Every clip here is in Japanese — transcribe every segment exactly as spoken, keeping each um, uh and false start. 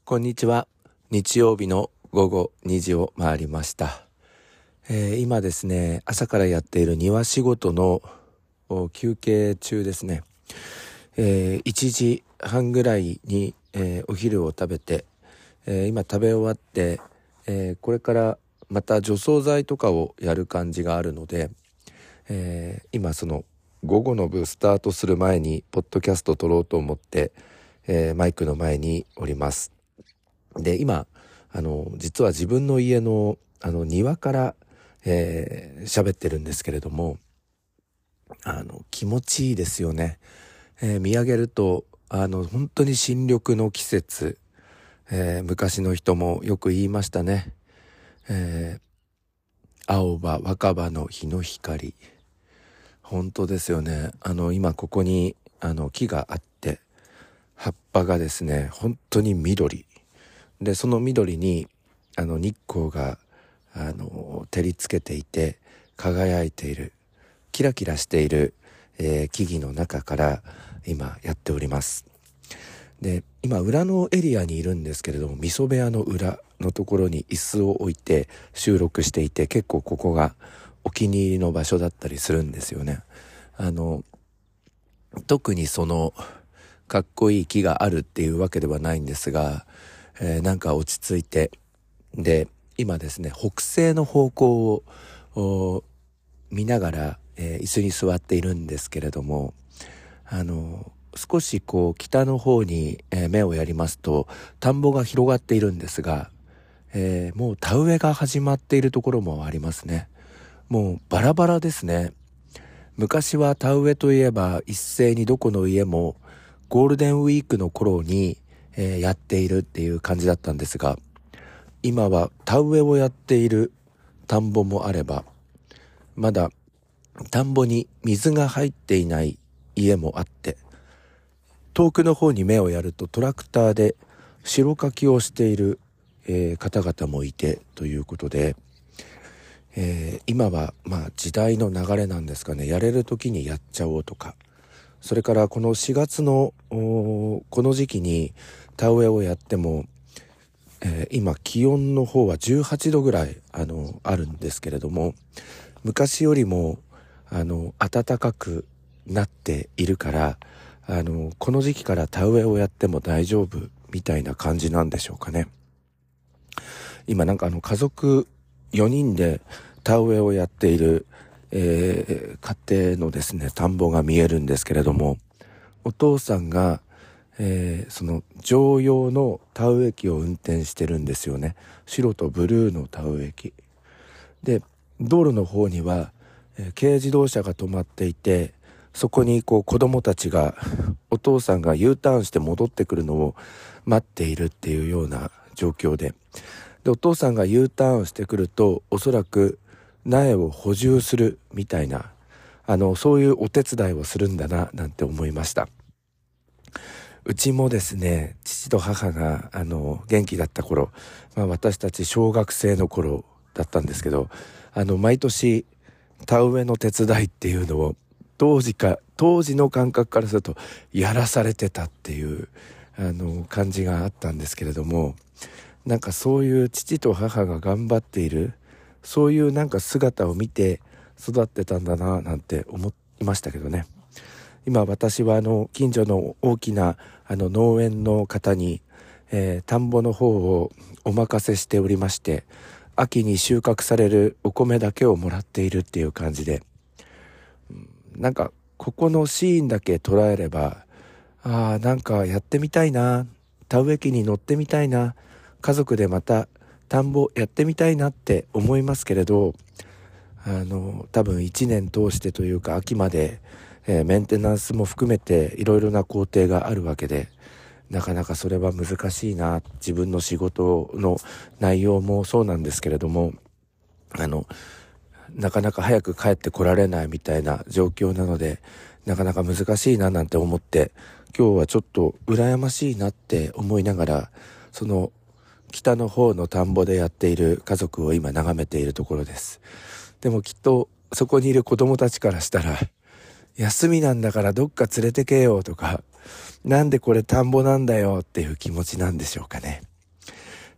こんにちは。日曜日の午後にじを回りました。えー、今ですね、朝からやっている庭仕事の休憩中ですね。えー、いちじはんぐらいに、えー、お昼を食べて、えー、今食べ終わって、えー、これからまた除草剤とかをやる感じがあるので、えー、今その午後の部スタートする前にポッドキャスト撮ろうと思って、えー、マイクの前におります。で、今あの実は自分の家のあの庭からえー、喋ってるんですけれども、あの気持ちいいですよね。えー、見上げるとあの本当に新緑の季節、えー、昔の人もよく言いましたね。えー、青葉若葉の日の光。本当ですよね。あの今ここにあの木があって葉っぱがですね本当に緑で、その緑にあの日光があの照りつけていて輝いている、キラキラしている、えー、木々の中から今やっております。で、今裏のエリアにいるんですけれども、味噌部屋の裏のところに椅子を置いて収録していて、結構ここがお気に入りの場所だったりするんですよね。あの特にそのかっこいい木があるっていうわけではないんですが、えー、なんか落ち着いて、で今ですね北西の方向を見ながら、えー、椅子に座っているんですけれども、あの少しこう北の方に、えー、目をやりますと田んぼが広がっているんですが、えー、もう田植えが始まっているところもありますね。もうバラバラですね。昔は田植えといえば一斉にどこの家もゴールデンウィークの頃に、えー、やっているっていう感じだったんですが、今は田植えをやっている田んぼもあれば、まだ田んぼに水が入っていない家もあって、遠くの方に目をやるとトラクターで白かきをしている、えー、方々もいてということで、えー、今はまあ時代の流れなんですかね。やれる時にやっちゃおうとか、それからこのしがつのこの時期に田植えをやっても、えー、今気温の方はじゅうはちどぐらいあのあるんですけれども、昔よりもあの暖かくなっているから、あのこの時期から田植えをやっても大丈夫みたいな感じなんでしょうかね。今なんかあの家族よにんで田植えをやっている、えー、家庭のですね田んぼが見えるんですけれども、お父さんが、えー、その乗用の田植え機を運転してるんですよね。白とブルーの田植え機で、道路の方には、えー、軽自動車が止まっていて、そこにこう子供たちがお父さんが U ターンして戻ってくるのを待っているっていうような状況で、でお父さんが U ターンしてくるとおそらく苗を補充するみたいな、あのそういうお手伝いをするんだななんて思いました。うちもですね、父と母があの元気だった頃、まあ、私たち小学生の頃だったんですけど、あの毎年田植えの手伝いっていうのを当時か当時の感覚からするとやらされてたっていうあの感じがあったんですけれども、なんかそういう父と母が頑張っている、そういうなんか姿を見て育ってたんだななんて思いましたけどね。今私はあの近所の大きなあの農園の方に、えー、田んぼの方をお任せしておりまして、秋に収穫されるお米だけをもらっているっていう感じで、なんかここのシーンだけ捉えれば、あーなんかやってみたいな、田植え機に乗ってみたいな、家族でまた田んぼやってみたいなって思いますけれど、あの多分いちねん通してというか秋まで、えー、メンテナンスも含めていろいろな工程があるわけで、なかなかそれは難しいな。自分の仕事の内容もそうなんですけれども、あのなかなか早く帰ってこられないみたいな状況なので、なかなか難しいななんて思って、今日はちょっと羨ましいなって思いながら、その北の方の田んぼでやっている家族を今眺めているところです。でもきっとそこにいる子供たちからしたら、休みなんだからどっか連れてけよとか、なんでこれ田んぼなんだよっていう気持ちなんでしょうかね。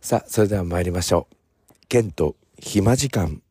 さあ、それでは参りましょう。ケント暇時間。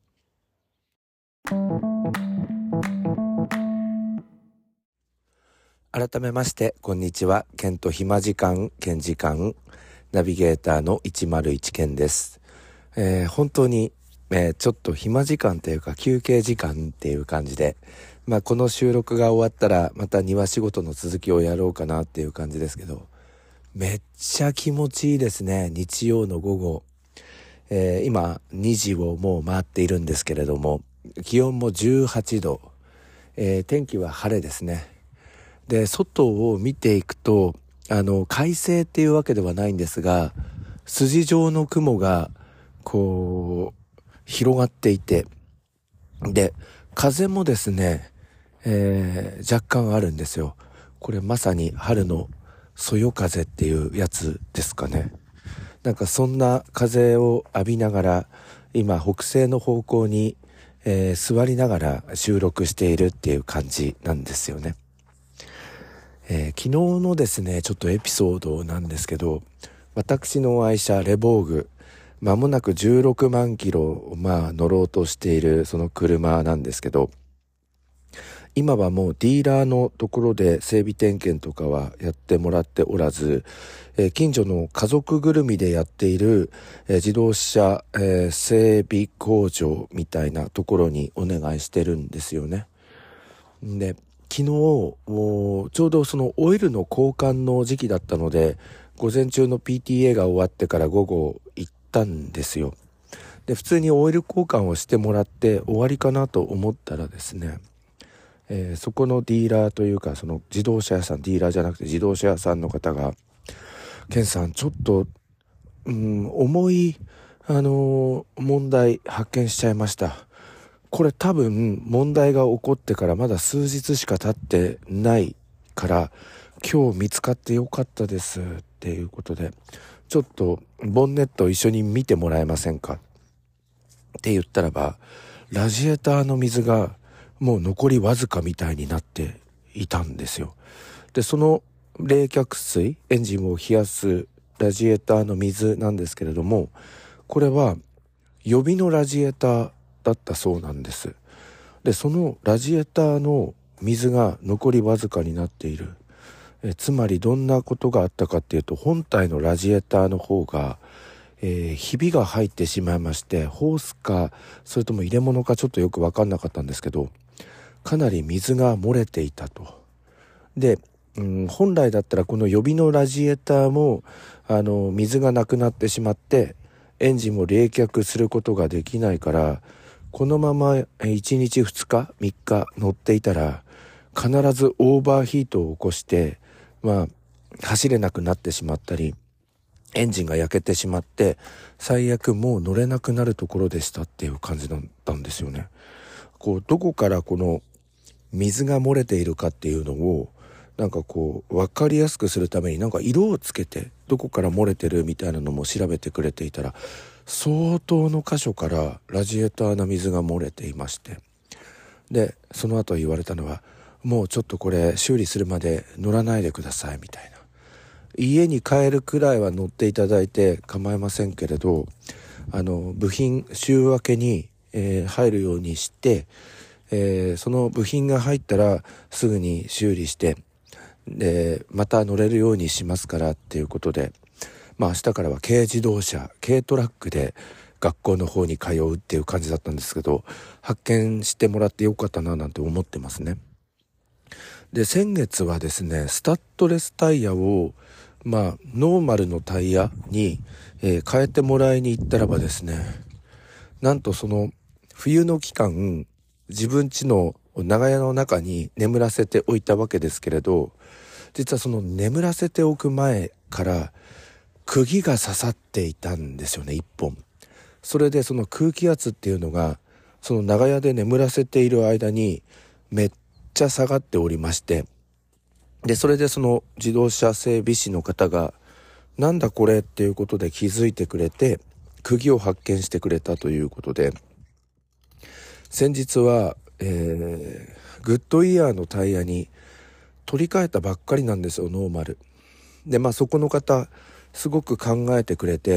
改めましてこんにちは。ケント暇時間ケン時間ナビゲーターのいちまるいちケンです。えー、本当に、えー、ちょっと暇時間というか休憩時間っていう感じで、まあこの収録が終わったらまた庭仕事の続きをやろうかなっていう感じですけど、めっちゃ気持ちいいですね。日曜の午後、えー、今にじをもう回っているんですけれども、気温もじゅうはちど、えー、天気は晴れですね。で、外を見ていくと、あの快晴っていうわけではないんですが、筋状の雲がこう広がっていて、で風もですね、えー、若干あるんですよ。これまさに春のそよ風っていうやつですかね。なんかそんな風を浴びながら今北西の方向に、えー、座りながら収録しているっていう感じなんですよね。えー、昨日のですねちょっとエピソードなんですけど、私の愛車レボーグ、間もなくじゅうろくまんキロ、まあ乗ろうとしているその車なんですけど、今はもうディーラーのところで整備点検とかはやってもらっておらず、えー、近所の家族ぐるみでやっている、えー、自動車、えー、整備工場みたいなところにお願いしてるんですよね。で、昨日もうちょうどそのオイルの交換の時期だったので、午前中の ピーティーエー が終わってから午後行ったんですよ。で、普通にオイル交換をしてもらって終わりかなと思ったらですね、えー、そこのディーラーというか、その自動車屋さん、ディーラーじゃなくて自動車屋さんの方が、ケンさんちょっと、うん、重い、あのー、問題発見しちゃいました。これ多分問題が起こってからまだ数日しか経ってないから、今日見つかってよかったですっていうことで、ちょっとボンネット一緒に見てもらえませんかって言ったらば、ラジエーターの水がもう残りわずかみたいになっていたんですよ。で、その冷却水、エンジンを冷やすラジエーターの水なんですけれども、これは予備のラジエーターだったそうなんです。で、そのラジエーターの水が残りわずかになっている。えつまりどんなことがあったかっていうと、本体のラジエーターの方がえー、ひびが入ってしまいまして、ホースかそれとも入れ物かちょっとよく分かんなかったんですけど、かなり水が漏れていたと。で、うん、本来だったらこの予備のラジエーターもあの水がなくなってしまってエンジンも冷却することができないから、このままいちにちふつかみっか乗っていたら必ずオーバーヒートを起こして、まあ走れなくなってしまったり、エンジンが焼けてしまって最悪もう乗れなくなるところでしたっていう感じだったんですよね。こうどこからこの水が漏れているかっていうのをなんかこう分かりやすくするためになんか色をつけてどこから漏れてるみたいなのも調べてくれていたら、相当の箇所からラジエーターの水が漏れていまして、でその後言われたのは、もうちょっとこれ修理するまで乗らないでくださいみたいな。家に帰るくらいは乗っていただいて構いませんけれど、あの部品週明けに、えー、入るようにして、えー、その部品が入ったらすぐに修理して、でまた乗れるようにしますからっていうことで、まあ明日からは軽自動車、軽トラックで学校の方に通うっていう感じだったんですけど、発見してもらってよかったななんて思ってますね。で、先月はですね、スタッドレスタイヤをまあノーマルのタイヤに、えー、変えてもらいに行ったらばですね、なんとその冬の期間自分家の長屋の中に眠らせておいたわけですけれど、実はその眠らせておく前から釘が刺さっていたんですよね、一本。それでその空気圧っていうのがその長屋で眠らせている間にめっちゃ下がっておりまして、でそれでその自動車整備士の方がなんだこれっていうことで気づいてくれて釘を発見してくれたということで、先日は、えー、グッドイヤーのタイヤに取り替えたばっかりなんですよ、ノーマルで。まあそこの方すごく考えてくれて、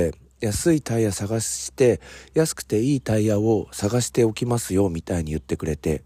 安いタイヤ探して安くていいタイヤを探しておきますよみたいに言ってくれて、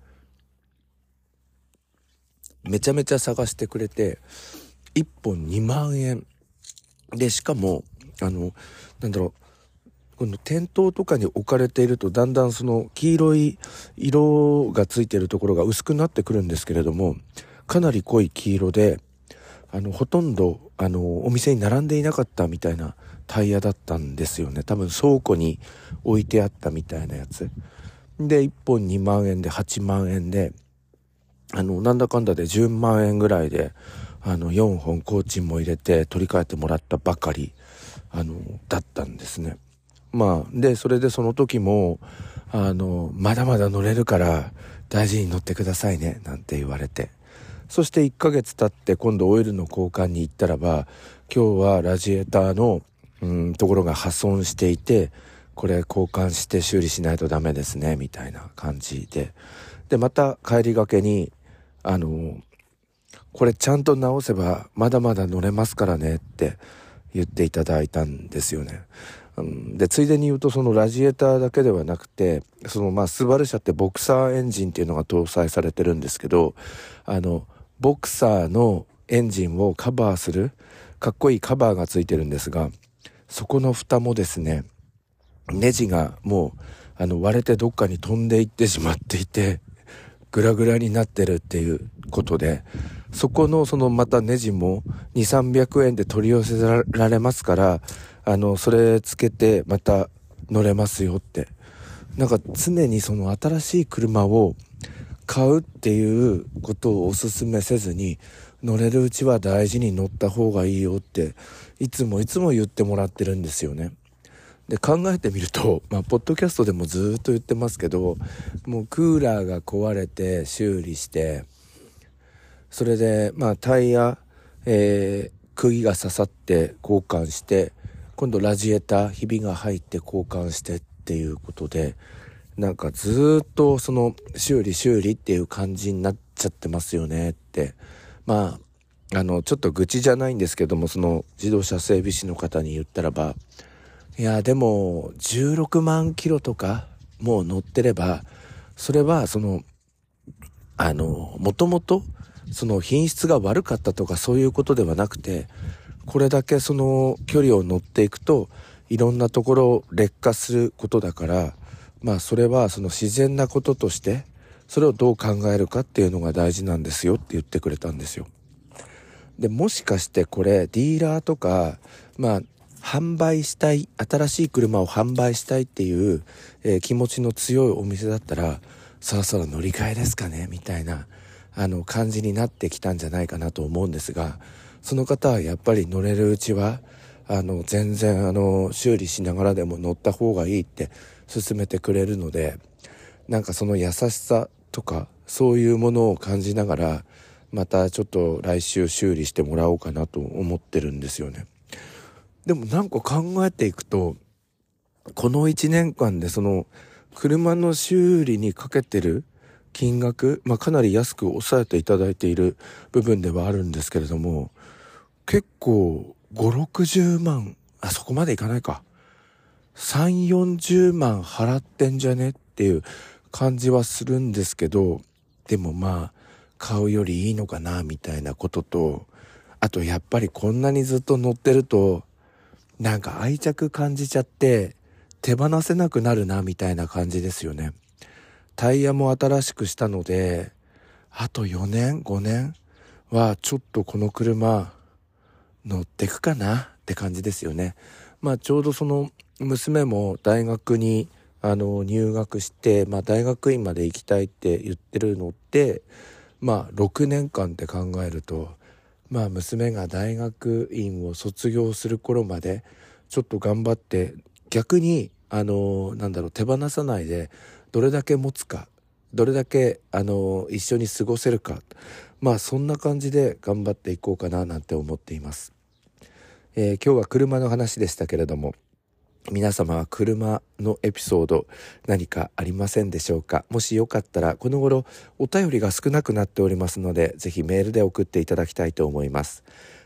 めちゃめちゃ探してくれて、いっぽんにまんえんで、しかもあのなんだろう、この店頭とかに置かれているとだんだんその黄色い色がついているところが薄くなってくるんですけれども、かなり濃い黄色で、あのほとんどあのお店に並んでいなかったみたいなタイヤだったんですよね。多分倉庫に置いてあったみたいなやつで、いっぽんにまんえんではちまんえんで、あのなんだかんだでじゅうまんえんぐらいで、あのよんほん工賃も入れて取り替えてもらったばかりあのだったんですね。まあでそれでその時もあのまだまだ乗れるから大事に乗ってくださいねなんて言われて、そしていっかげつ経って今度オイルの交換に行ったらば、今日はラジエーターのうんところが破損していて、これ交換して修理しないとダメですねみたいな感じで、でまた帰りがけにあのこれちゃんと直せばまだまだ乗れますからねって言っていただいたんですよね。うん、でついでに言うと、そのラジエーターだけではなくて、そのまあスバル車ってボクサーエンジンっていうのが搭載されてるんですけど、あのボクサーのエンジンをカバーするかっこいいカバーがついてるんですが、そこの蓋もですね、ネジがもうあの割れてどっかに飛んでいってしまっていて、グラグラになってるっていうことで、そこのそのまたネジもにせんさんびゃくえんで取り寄せられますから、あのそれつけてまた乗れますよって。なんか常にその新しい車を買うっていうことをお勧めせずに、乗れるうちは大事に乗った方がいいよっていつもいつも言ってもらってるんですよね。で考えてみると、まあポッドキャストでもずっと言ってますけど、もうクーラーが壊れて修理して、それでまあタイヤ、えー、釘が刺さって交換して、今度ラジエーターひびが入って交換してっていうことで、なんかずっとその修理修理っていう感じになっちゃってますよねって、まああのちょっと愚痴じゃないんですけども、その自動車整備士の方に言ったらば、いやでもじゅうろくまんキロとかもう乗ってれば、それはそのあのもともとその品質が悪かったとかそういうことではなくて、これだけその距離を乗っていくといろんなところ劣化することだから、まあそれはその自然なこととしてそれをどう考えるかっていうのが大事なんですよって言ってくれたんですよ。でもしかしてこれディーラーとか、まあ販売したい、新しい車を販売したいっていう、えー、気持ちの強いお店だったら、そろそろ乗り換えですかねみたいなあの感じになってきたんじゃないかなと思うんですが、その方はやっぱり乗れるうちはあの全然あの修理しながらでも乗った方がいいって勧めてくれるので、なんかその優しさとかそういうものを感じながら、またちょっと来週修理してもらおうかなと思ってるんですよね。でもなんか考えていくと、このいちねんかんでその車の修理にかけてる金額、まあかなり安く抑えていただいている部分ではあるんですけれども、結構ご、ろくじゅうまん、あ、そこまでいかないか。さん、よんじゅうまん払ってんじゃねっていう感じはするんですけど、でもまあ買うよりいいのかなみたいなことと、あとやっぱりこんなにずっと乗ってるとなんか愛着感じちゃって手放せなくなるなみたいな感じですよね。タイヤも新しくしたので、あとよねんごねんはちょっとこの車乗ってくかなって感じですよね。まあちょうどその娘も大学にあの入学して、まあ大学院まで行きたいって言ってるので、まあろくねんかんって考えると、まあ娘が大学院を卒業する頃までちょっと頑張って、逆にあのなんだろう、手放さないでどれだけ持つか、どれだけあの一緒に過ごせるか、まあそんな感じで頑張っていこうかななんて思っています。えー、今日は車の話でしたけれども、皆様は車のエピソード何かありませんでしょうか。もしよかったら、この頃お便りが少なくなっておりますので、ぜひメールで送っていただきたいと思います。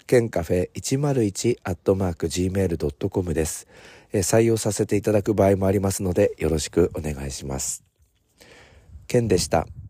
ケンカフェいちまるいちアットマークジーメールドットコム です。えー、採用させていただく場合もありますのでよろしくお願いします。ケンでした。